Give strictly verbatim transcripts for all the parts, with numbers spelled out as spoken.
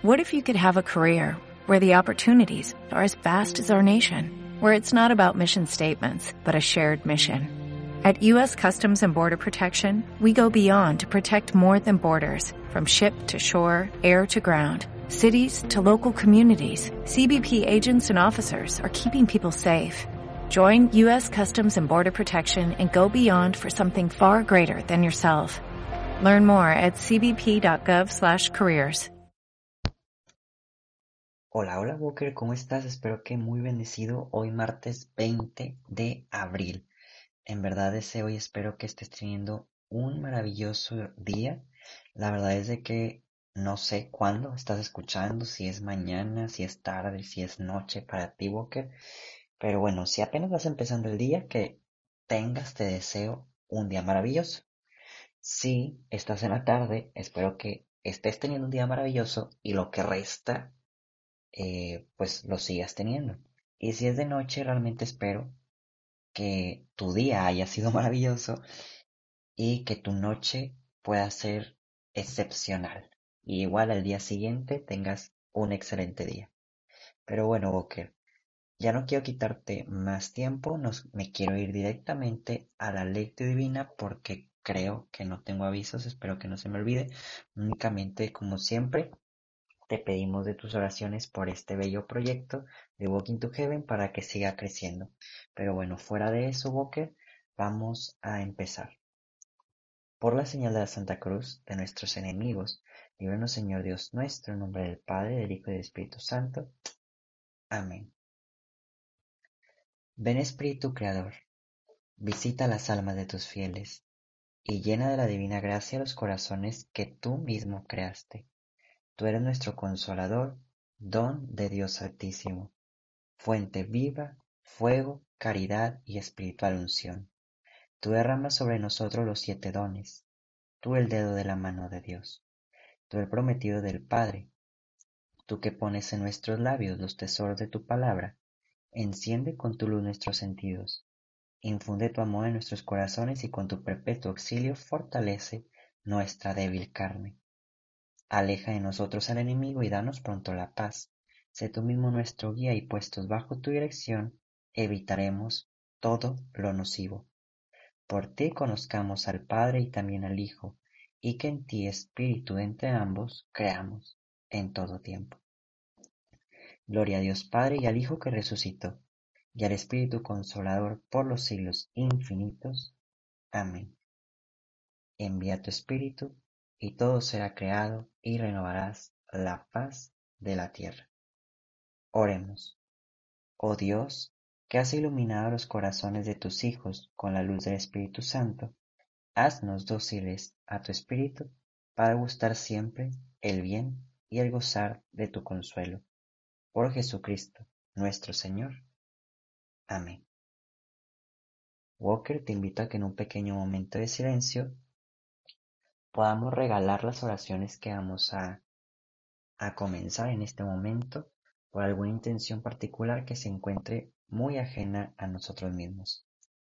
What if you could have a career where the opportunities are as vast as our nation, where it's not about mission statements, but a shared mission? At U S Customs and Border Protection, we go beyond to protect more than borders. From ship to shore, air to ground, cities to local communities, C B P agents and officers are keeping people safe. Join U S Customs and Border Protection and go beyond for something far greater than yourself. Learn more at c b p dot gov slash careers. Hola, hola Walker, ¿cómo estás? Espero que muy bendecido hoy martes veinte de abril. En verdad deseo y espero que estés teniendo un maravilloso día. La verdad es de que no sé cuándo estás escuchando, si es mañana, si es tarde, si es noche para ti, Walker. Pero bueno, si apenas vas empezando el día, que tengas, te deseo un día maravilloso. Si estás en la tarde, espero que estés teniendo un día maravilloso y lo que resta eh, pues lo sigas teniendo. Y si es de noche, realmente espero que tu día haya sido maravilloso y que tu noche pueda ser excepcional. Y igual al día siguiente tengas un excelente día. Pero bueno, Walker, ya no quiero quitarte más tiempo, nos, me quiero ir directamente a la lectura divina porque creo que no tengo avisos, espero que no se me olvide. Únicamente, como siempre, te pedimos de tus oraciones por este bello proyecto de Walking to Heaven para que siga creciendo. Pero bueno, fuera de eso, Walker, vamos a empezar. Por la señal de la Santa Cruz de nuestros enemigos, líbranos Señor Dios nuestro, en nombre del Padre, del Hijo y del Espíritu Santo. Amén. Ven Espíritu Creador, visita las almas de tus fieles, y llena de la divina gracia los corazones que tú mismo creaste. Tú eres nuestro consolador, don de Dios Altísimo, fuente viva, fuego, caridad y espiritual unción. Tú derramas sobre nosotros los siete dones, tú el dedo de la mano de Dios, tú el prometido del Padre, tú que pones en nuestros labios los tesoros de tu palabra, enciende con tu luz nuestros sentidos, infunde tu amor en nuestros corazones y con tu perpetuo auxilio fortalece nuestra débil carne. Aleja de nosotros al enemigo y danos pronto la paz. Sé tú mismo nuestro guía y puestos bajo tu dirección, evitaremos todo lo nocivo. Por ti conozcamos al Padre y también al Hijo, y que en ti, Espíritu entre ambos, creamos en todo tiempo. Gloria a Dios Padre y al Hijo que resucitó, y al Espíritu Consolador por los siglos infinitos. Amén. Envía tu Espíritu, y todo será creado, y renovarás la faz de la tierra. Oremos. Oh Dios, que has iluminado los corazones de tus hijos con la luz del Espíritu Santo, haznos dóciles a tu Espíritu para gustar siempre el bien y el gozar de tu consuelo. Por Jesucristo, nuestro Señor. Amén. Walker, te invito a que en un pequeño momento de silencio podamos regalar las oraciones que vamos a, a comenzar en este momento por alguna intención particular que se encuentre muy ajena a nosotros mismos.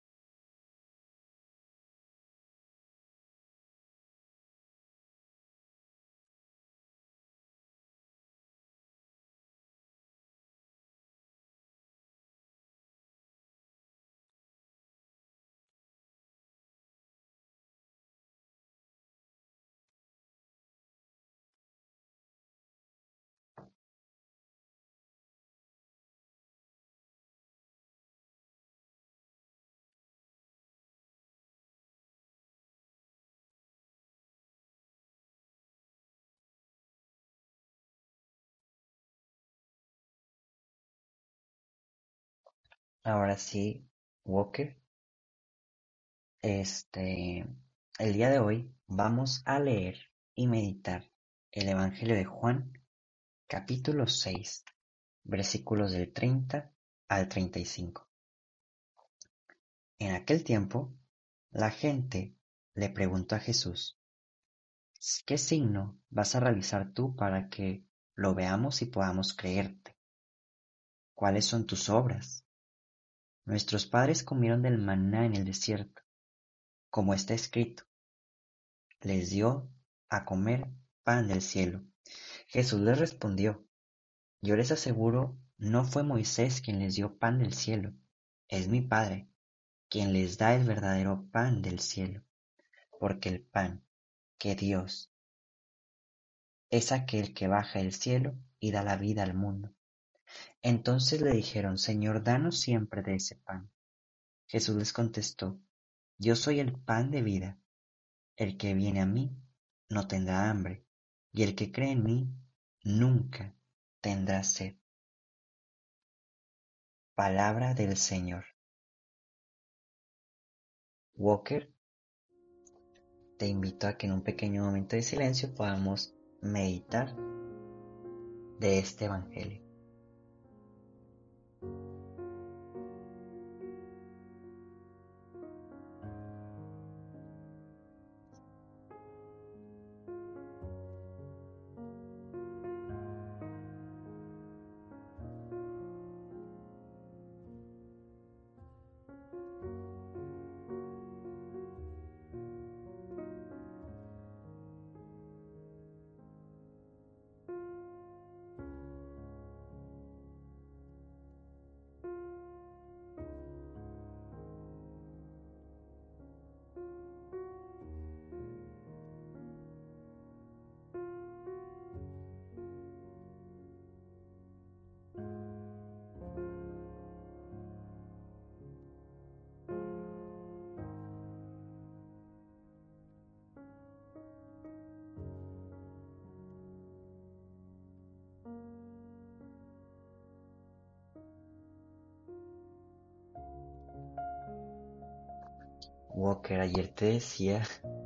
Ahora sí, Walker, este, el día de hoy vamos a leer y meditar el Evangelio de Juan, capítulo seis, versículos del treinta al treinta y cinco. En aquel tiempo, la gente le preguntó a Jesús: ¿qué signo vas a realizar tú para que lo veamos y podamos creerte? ¿Cuáles son tus obras? Nuestros padres comieron del maná en el desierto, como está escrito: les dio a comer pan del cielo. Jesús les respondió: Yo les aseguro, no fue Moisés quien les dio pan del cielo, es mi Padre quien les da el verdadero pan del cielo, porque el pan que Dios es aquel que baja del cielo y da la vida al mundo. Entonces le dijeron: Señor, danos siempre de ese pan. Jesús les contestó: Yo soy el pan de vida. El que viene a mí no tendrá hambre, y el que cree en mí nunca tendrá sed. Palabra del Señor. Walker, te invito a que en un pequeño momento de silencio podamos meditar de este Evangelio. Walker, ayer te decía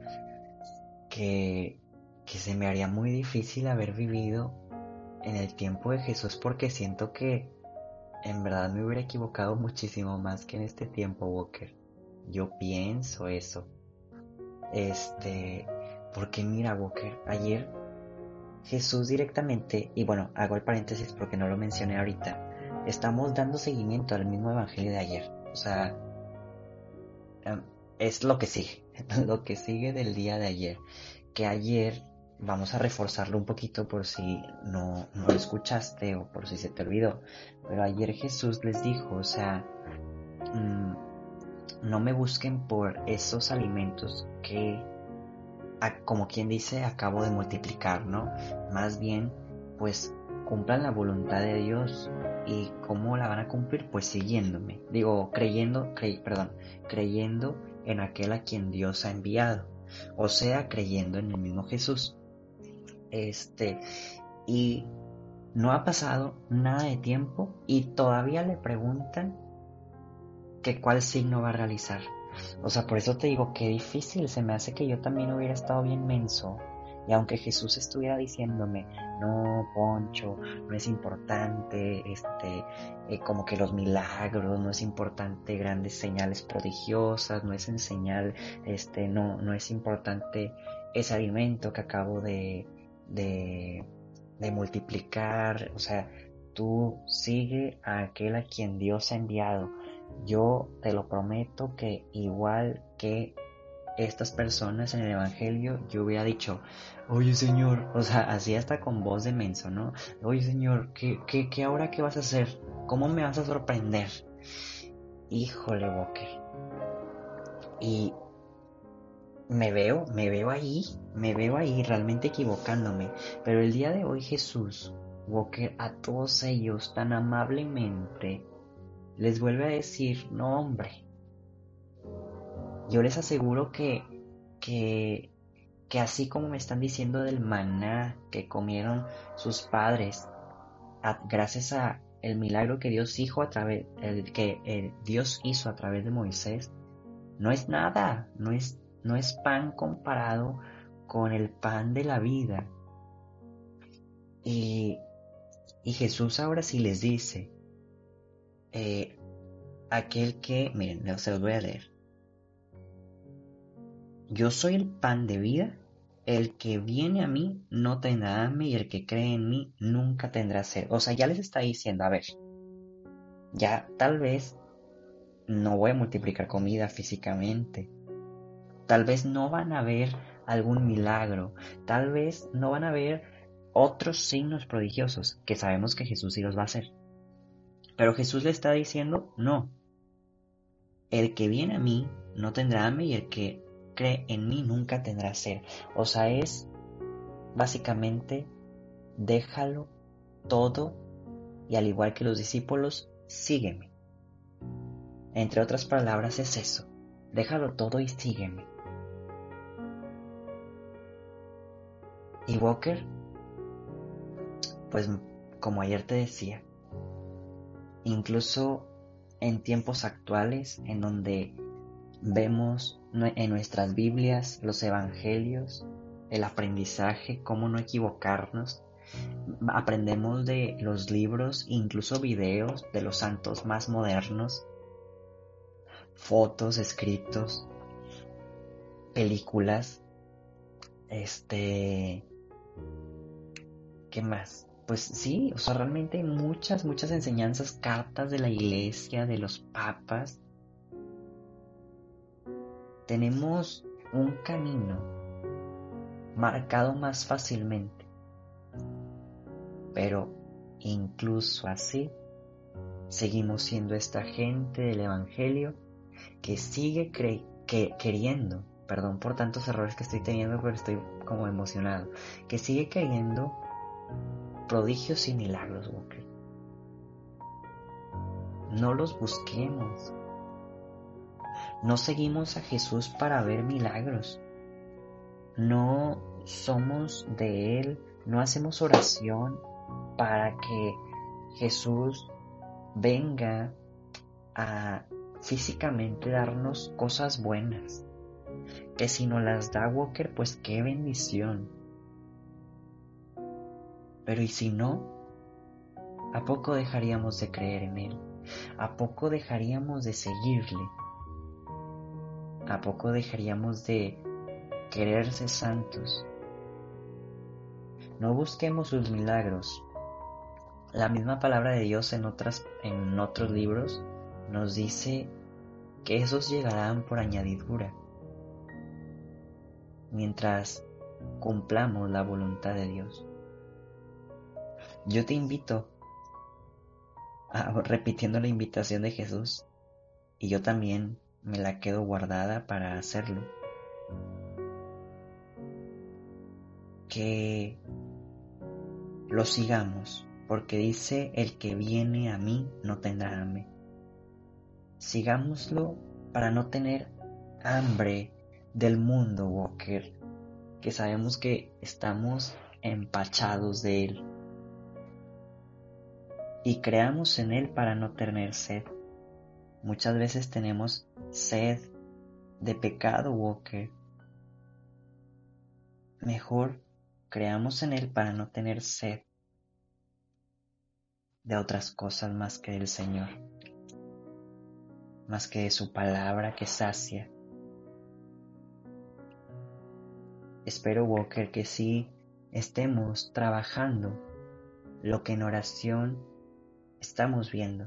que, que se me haría muy difícil haber vivido en el tiempo de Jesús porque siento que en verdad me hubiera equivocado muchísimo más que en este tiempo, Walker. Yo pienso eso. Este, porque mira, Walker, ayer Jesús directamente, y bueno, hago el paréntesis porque no lo mencioné ahorita, estamos dando seguimiento al mismo evangelio de ayer. O sea, em, es lo que sigue, lo que sigue del día de ayer. Que ayer, vamos a reforzarlo un poquito por si no, no lo escuchaste o por si se te olvidó, pero ayer Jesús les dijo, o sea, mmm, no me busquen por esos alimentos que, como quien dice, acabo de multiplicar, ¿no? Más bien, pues cumplan la voluntad de Dios. ¿Y cómo la van a cumplir? Pues siguiéndome. Digo, creyendo, cre- perdón, creyendo en aquel a quien Dios ha enviado. O sea, creyendo en el mismo Jesús. Este, y no ha pasado nada de tiempo y todavía le preguntan que cuál signo va a realizar. O sea, por eso te digo que difícil, se me hace que yo también hubiera estado bien menso. Y aunque Jesús estuviera diciéndome, no, Poncho, no es importante, este, eh, como que los milagros, no es importante grandes señales prodigiosas, no es enseñar, este, no, no es importante ese alimento que acabo de, de, de multiplicar. O sea, tú sigue a aquel a quien Dios ha enviado. Yo te lo prometo que igual que estas personas en el evangelio, yo hubiera dicho, oye Señor, o sea, así hasta con voz de menso, ¿no? Oye Señor, ¿qué, qué, qué ahora qué vas a hacer? ¿Cómo me vas a sorprender? Híjole, Walker. Y me veo, me veo ahí, me veo ahí realmente equivocándome. Pero el día de hoy Jesús, Walker, a todos ellos tan amablemente les vuelve a decir, no hombre, yo les aseguro que, que, que así como me están diciendo del maná que comieron sus padres, a, gracias a el milagro que Dios hizo a través, el que el Dios hizo a través de Moisés, no es nada, no es, no es pan comparado con el pan de la vida. Y, y Jesús ahora sí les dice, eh, aquel que, miren, se los voy a leer. Yo soy el pan de vida, el que viene a mí no tendrá hambre y el que cree en mí nunca tendrá sed. O sea, ya les está diciendo, a ver, ya tal vez no voy a multiplicar comida físicamente, tal vez no van a ver algún milagro, tal vez no van a ver otros signos prodigiosos que sabemos que Jesús sí los va a hacer. Pero Jesús le está diciendo, no, el que viene a mí no tendrá hambre y el que cree en mí nunca tendrá sed. O sea, es básicamente, déjalo todo y al igual que los discípulos, sígueme. Entre otras palabras es eso, déjalo todo y sígueme. Y Walker, pues como ayer te decía, incluso en tiempos actuales en donde vemos en nuestras Biblias, los evangelios, el aprendizaje, cómo no equivocarnos, aprendemos de los libros, incluso videos de los santos más modernos, fotos, escritos, películas, este, ¿qué más? Pues sí, o sea, realmente hay muchas, muchas enseñanzas, cartas de la iglesia, de los papas. Tenemos un camino marcado más fácilmente, pero incluso así seguimos siendo esta gente del evangelio que sigue cre- que queriendo, perdón por tantos errores que estoy teniendo, pero estoy como emocionado, que sigue queriendo prodigios y milagros, Walker. No los busquemos. No seguimos a Jesús para ver milagros. No somos de Él, no hacemos oración para que Jesús venga a físicamente darnos cosas buenas. Que si no las da, Walker, pues qué bendición. Pero ¿y si no? ¿A poco dejaríamos de creer en Él? ¿A poco dejaríamos de seguirle? ¿A poco dejaríamos de querer ser santos? No busquemos sus milagros. La misma palabra de Dios en otras, en otros libros nos dice que esos llegarán por añadidura, mientras cumplamos la voluntad de Dios. Yo te invito, a, repitiendo la invitación de Jesús, y yo también me la quedo guardada para hacerlo, que lo sigamos, porque dice, el que viene a mí no tendrá hambre. Sigámoslo para no tener hambre del mundo, Walker, que sabemos que estamos empachados de él. Y creamos en él para no tener sed. Muchas veces tenemos sed de pecado, Walker. Mejor creamos en él para no tener sed de otras cosas más que del Señor, más que de su palabra que sacia. Espero, Walker, que sí estemos trabajando lo que en oración estamos viendo.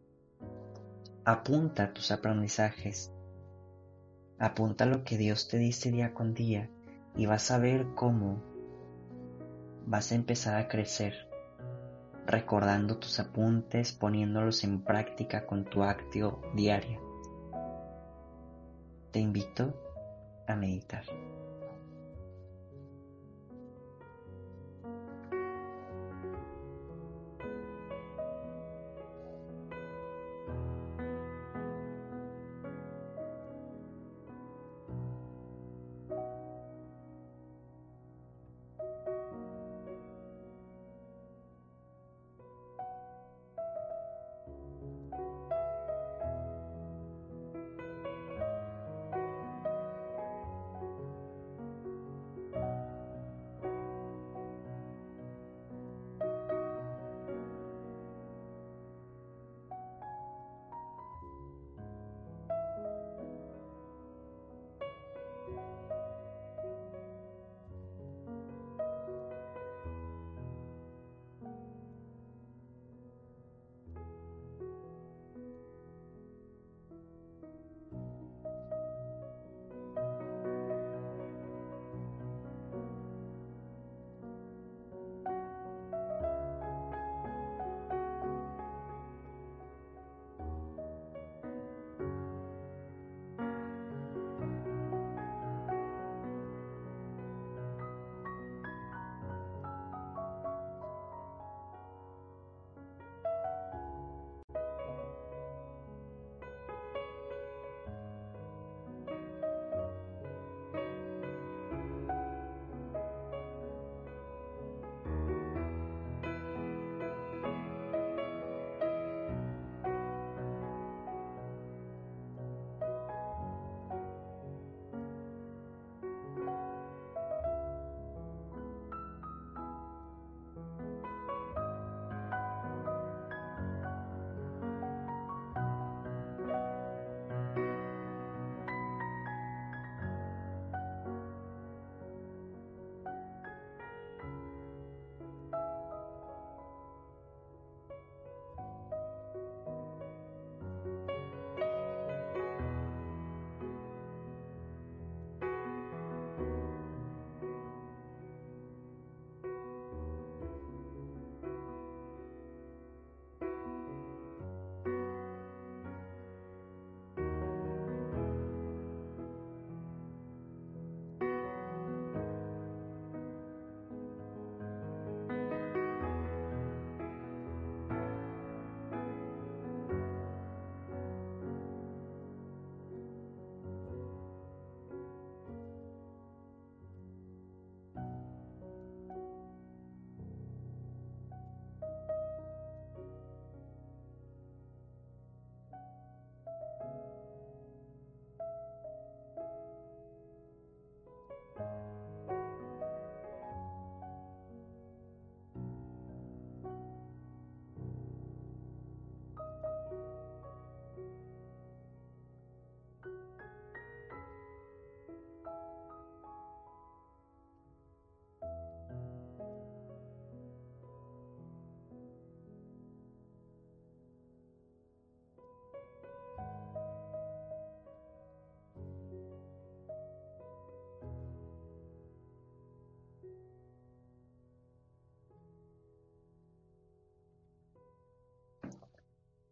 Apunta tus aprendizajes, apunta lo que Dios te dice día con día y vas a ver cómo vas a empezar a crecer, recordando tus apuntes, poniéndolos en práctica con tu acción diaria. Te invito a meditar.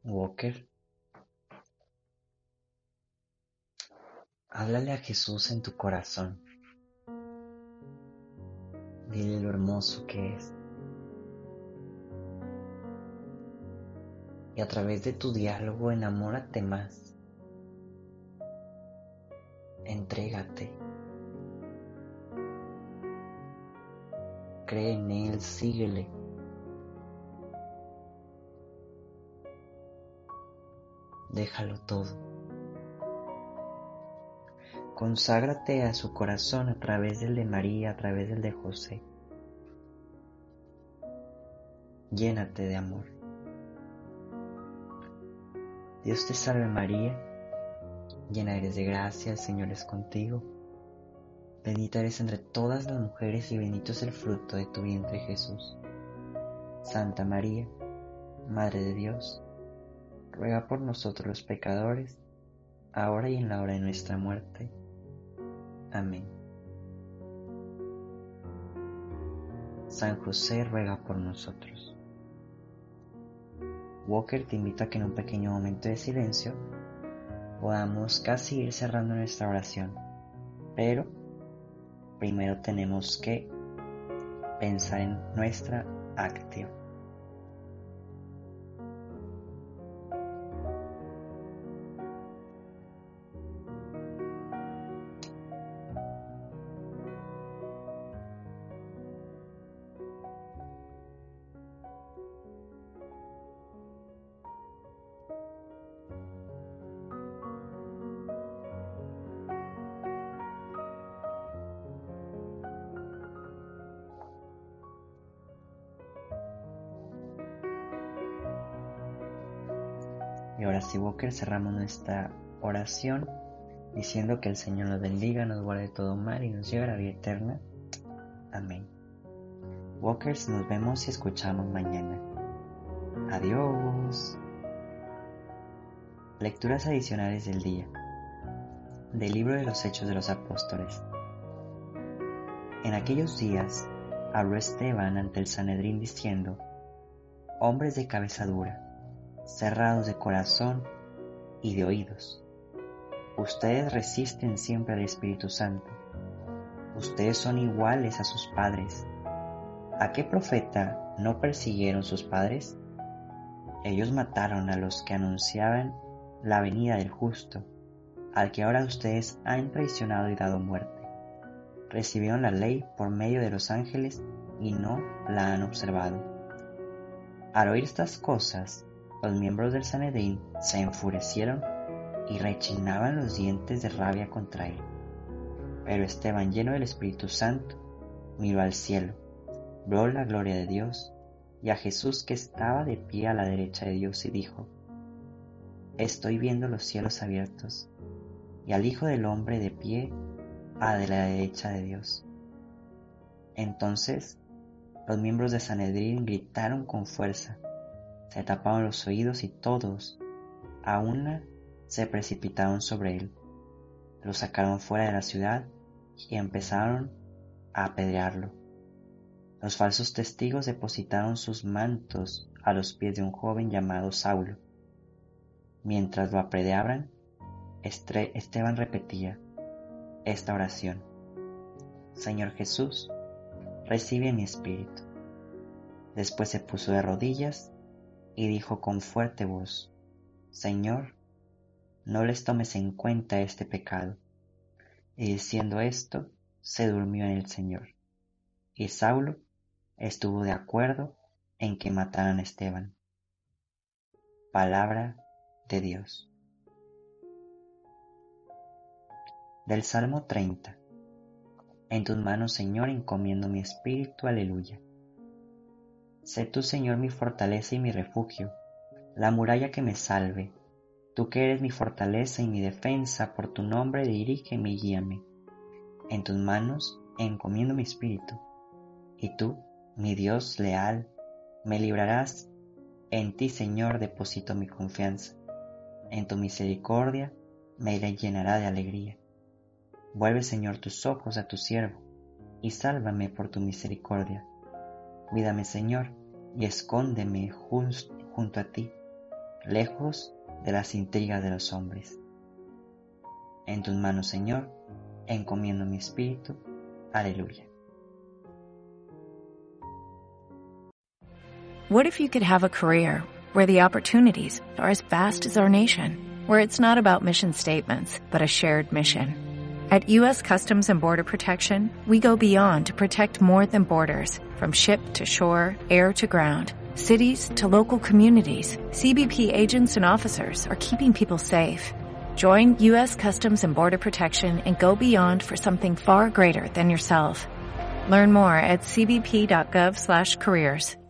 Walker, háblale a Jesús en tu corazón. Dile lo hermoso que es. Y a través de tu diálogo enamórate más. Entrégate. Cree en Él, síguele. Déjalo todo. Conságrate a su corazón a través del de María, a través del de José. Llénate de amor. Dios te salve María, llena eres de gracia, el Señor es contigo. Bendita eres entre todas las mujeres y bendito es el fruto de tu vientre Jesús. Santa María, Madre de Dios, ruega por nosotros los pecadores, ahora y en la hora de nuestra muerte. Amén. San José ruega por nosotros. Walker te invita a que en un pequeño momento de silencio podamos casi ir cerrando nuestra oración, pero primero tenemos que pensar en nuestra acción. Y ahora sí, Walker, cerramos nuestra oración diciendo que el Señor nos bendiga, nos guarde de todo mal y nos lleve a la vida eterna. Amén. Walkers, nos vemos y escuchamos mañana. Adiós. Lecturas adicionales del día. Del libro de los Hechos de los Apóstoles. En aquellos días habló Esteban ante el Sanedrín diciendo: hombres de cabeza dura, cerrados de corazón y de oídos, ustedes resisten siempre al Espíritu Santo. Ustedes son iguales a sus padres. ¿A qué profeta no persiguieron sus padres? Ellos mataron a los que anunciaban la venida del justo, al que ahora ustedes han traicionado y dado muerte. Recibieron la ley por medio de los ángeles y no la han observado. Al oír estas cosas, los miembros del Sanedrín se enfurecieron y rechinaban los dientes de rabia contra él. Pero Esteban, lleno del Espíritu Santo, miró al cielo, vio la gloria de Dios y a Jesús que estaba de pie a la derecha de Dios y dijo: estoy viendo los cielos abiertos y al Hijo del Hombre de pie a la derecha de Dios. Entonces los miembros de Sanedrín gritaron con fuerza, se taparon los oídos y todos, a una, se precipitaron sobre él. Lo sacaron fuera de la ciudad y empezaron a apedrearlo. Los falsos testigos depositaron sus mantos a los pies de un joven llamado Saulo. Mientras lo apedreaban, Esteban repetía esta oración: Señor Jesús, recibe mi espíritu. Después se puso de rodillas y dijo con fuerte voz: Señor, no les tomes en cuenta este pecado. Y diciendo esto, se durmió en el Señor. Y Saulo estuvo de acuerdo en que mataran a Esteban. Palabra de Dios. Del Salmo treinta. En tus manos, Señor, encomiendo mi espíritu. Aleluya. Sé tú, Señor, mi fortaleza y mi refugio, la muralla que me salve. Tú que eres mi fortaleza y mi defensa, por tu nombre dirígeme y guíame. En tus manos encomiendo mi espíritu. Y tú, mi Dios leal, me librarás. En ti, Señor, deposito mi confianza. En tu misericordia me llenará de alegría. Vuelve, Señor, tus ojos a tu siervo, y sálvame por tu misericordia. Cuídame, Señor, y escóndeme junto a ti. lejos de las intrigas de los hombres. En tus manos, Señor, encomiendo mi espíritu. Aleluya. What if you could have a career where the opportunities are as vast as our nation, where it's not about mission statements, but a shared mission? At U S Customs and Border Protection, we go beyond to protect more than borders, from ship to shore, air to ground, cities to local communities. C B P agents and officers are keeping people safe. Join U S Customs and Border Protection and go beyond for something far greater than yourself. Learn more at c b p dot gov slash careers.